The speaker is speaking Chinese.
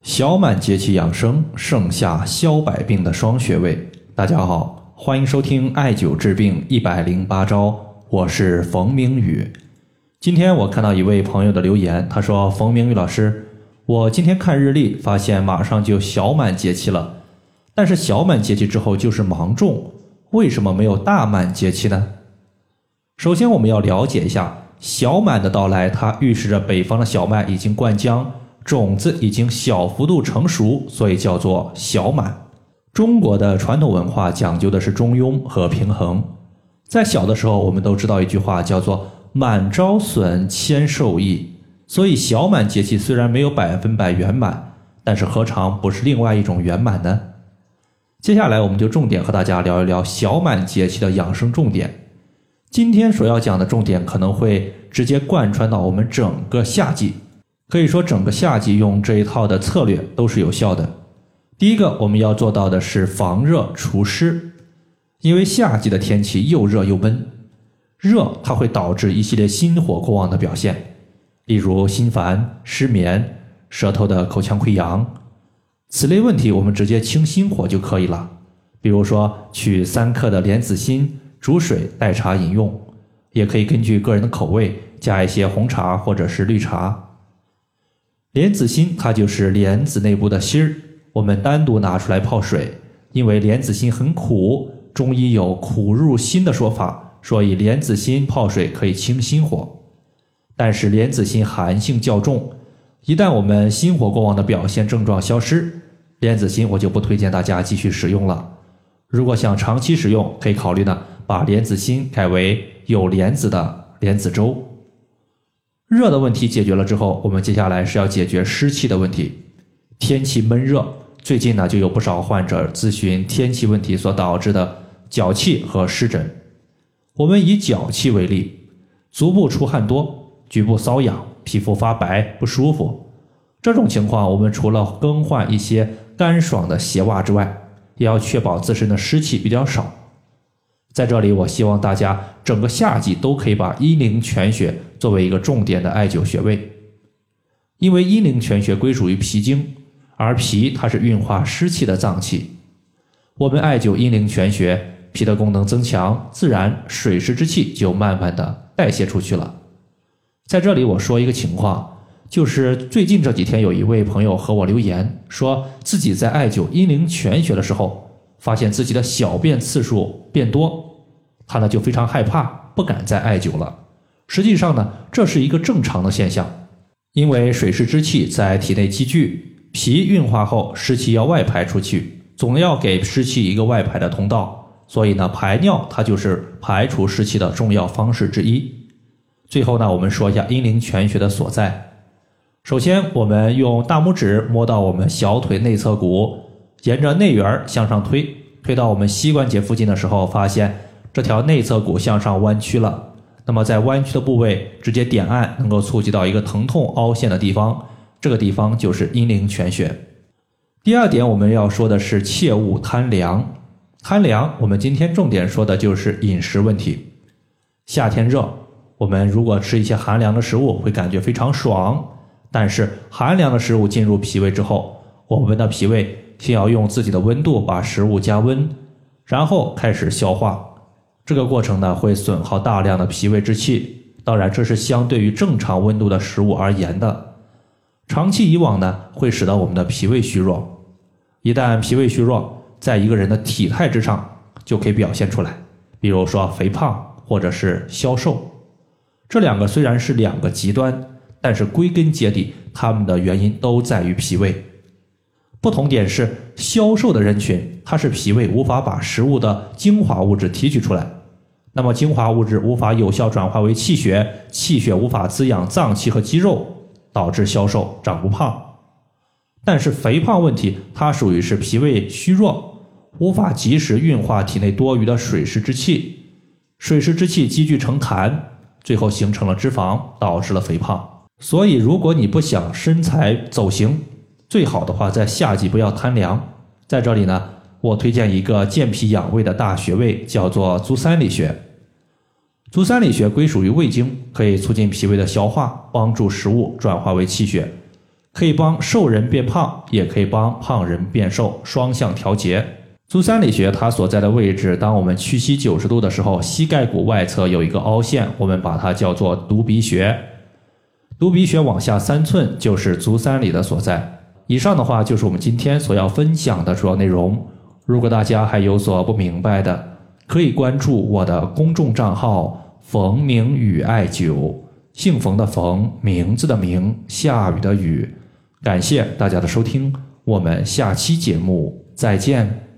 小满节气养生，盛夏消百病的双穴位。大家好，欢迎收听艾灸治病108招，我是冯明宇。今天我看到一位朋友的留言，他说：冯明宇老师，我今天看日历发现马上就小满节气了，但是小满节气之后就是芒种，为什么没有大满节气呢？首先我们要了解一下，小满的到来，它预示着北方的小麦已经灌浆，种子已经小幅度成熟，所以叫做小满。中国的传统文化讲究的是中庸和平衡。在小的时候，我们都知道一句话叫做满招损，谦受益。所以小满节气虽然没有100%圆满，但是何尝不是另外一种圆满呢？接下来我们就重点和大家聊一聊小满节气的养生重点。今天所要讲的重点可能会直接贯穿到我们整个夏季，可以说整个夏季用这一套的策略都是有效的。第一个我们要做到的是防热除湿，因为夏季的天气又热又闷，热它会导致一系列心火过旺的表现，例如心烦、失眠、舌头的口腔溃疡。此类问题我们直接清心火就可以了，比如说取3克的莲子心煮水代茶饮用，也可以根据个人的口味加一些红茶或者是绿茶。莲子心它就是莲子内部的芯儿，我们单独拿出来泡水，因为莲子心很苦，中医有苦入心的说法，所以莲子心泡水可以清心火。但是莲子心寒性较重，一旦我们心火过旺的表现症状消失，莲子心我就不推荐大家继续使用了。如果想长期使用，可以考虑呢把莲子心改为有莲子的莲子粥。热的问题解决了之后，我们接下来是要解决湿气的问题。天气闷热，最近呢就有不少患者咨询天气问题所导致的脚气和湿疹。我们以脚气为例，足部出汗多，局部瘙痒，皮肤发白不舒服，这种情况我们除了更换一些干爽的鞋袜之外，也要确保自身的湿气比较少。在这里我希望大家整个夏季都可以把阴陵泉穴作为一个重点的艾灸穴位，因为阴陵泉穴归属于脾经，而脾它是运化湿气的脏器。我们艾灸阴陵泉穴，脾的功能增强，自然水湿之气就慢慢的代谢出去了。在这里我说一个情况，就是最近这几天有一位朋友和我留言，说自己在艾灸阴陵泉穴的时候，发现自己的小便次数变多，他呢就非常害怕，不敢再艾灸了。实际上呢，这是一个正常的现象，因为水湿之气在体内积聚，脾运化后湿气要外排出去，总要给湿气一个外排的通道，所以呢排尿它就是排除湿气的重要方式之一。最后呢，我们说一下阴陵泉穴的所在。首先我们用大拇指摸到我们小腿内侧骨，沿着内缘向上推，推到我们膝关节附近的时候，发现这条内侧骨向上弯曲了。那么在弯曲的部位直接点按，能够触及到一个疼痛凹陷的地方，这个地方就是阴陵泉穴。第二点我们要说的是切勿贪凉。贪凉我们今天重点说的就是饮食问题。夏天热，我们如果吃一些寒凉的食物会感觉非常爽，但是寒凉的食物进入脾胃之后，我们的脾胃先要用自己的温度把食物加温，然后开始消化。这个过程呢会损耗大量的脾胃之气，当然这是相对于正常温度的食物而言的。长期以往呢会使得我们的脾胃虚弱，一旦脾胃虚弱，在一个人的体态之上就可以表现出来，比如说肥胖或者是消瘦。这两个虽然是两个极端，但是归根结底它们的原因都在于脾胃。不同点是消瘦的人群，它是脾胃无法把食物的精华物质提取出来，那么精华物质无法有效转化为气血，气血无法滋养脏器和肌肉，导致消瘦长不胖。但是肥胖问题它属于是脾胃虚弱，无法及时运化体内多余的水湿之气，水湿之气积聚成痰，最后形成了脂肪，导致了肥胖。所以如果你不想身材走形，最好的话在夏季不要贪凉。在这里呢，我推荐一个健脾养胃的大穴位，叫做足三里穴。足三里穴归属于胃经，可以促进脾胃的消化，帮助食物转化为气血， 可以帮瘦人变胖，也可以帮胖人变瘦，双向调节。足三里穴它所在的位置，当我们屈膝90度的时候，膝盖骨外侧有一个凹陷，我们把它叫做犊鼻穴。犊鼻穴往下3寸就是足三里的所在。以上的话就是我们今天所要分享的主要内容。如果大家还有所不明白的，可以关注我的公众账号冯明宇艾灸，姓冯的冯，名字的名，下雨的雨。感谢大家的收听，我们下期节目再见。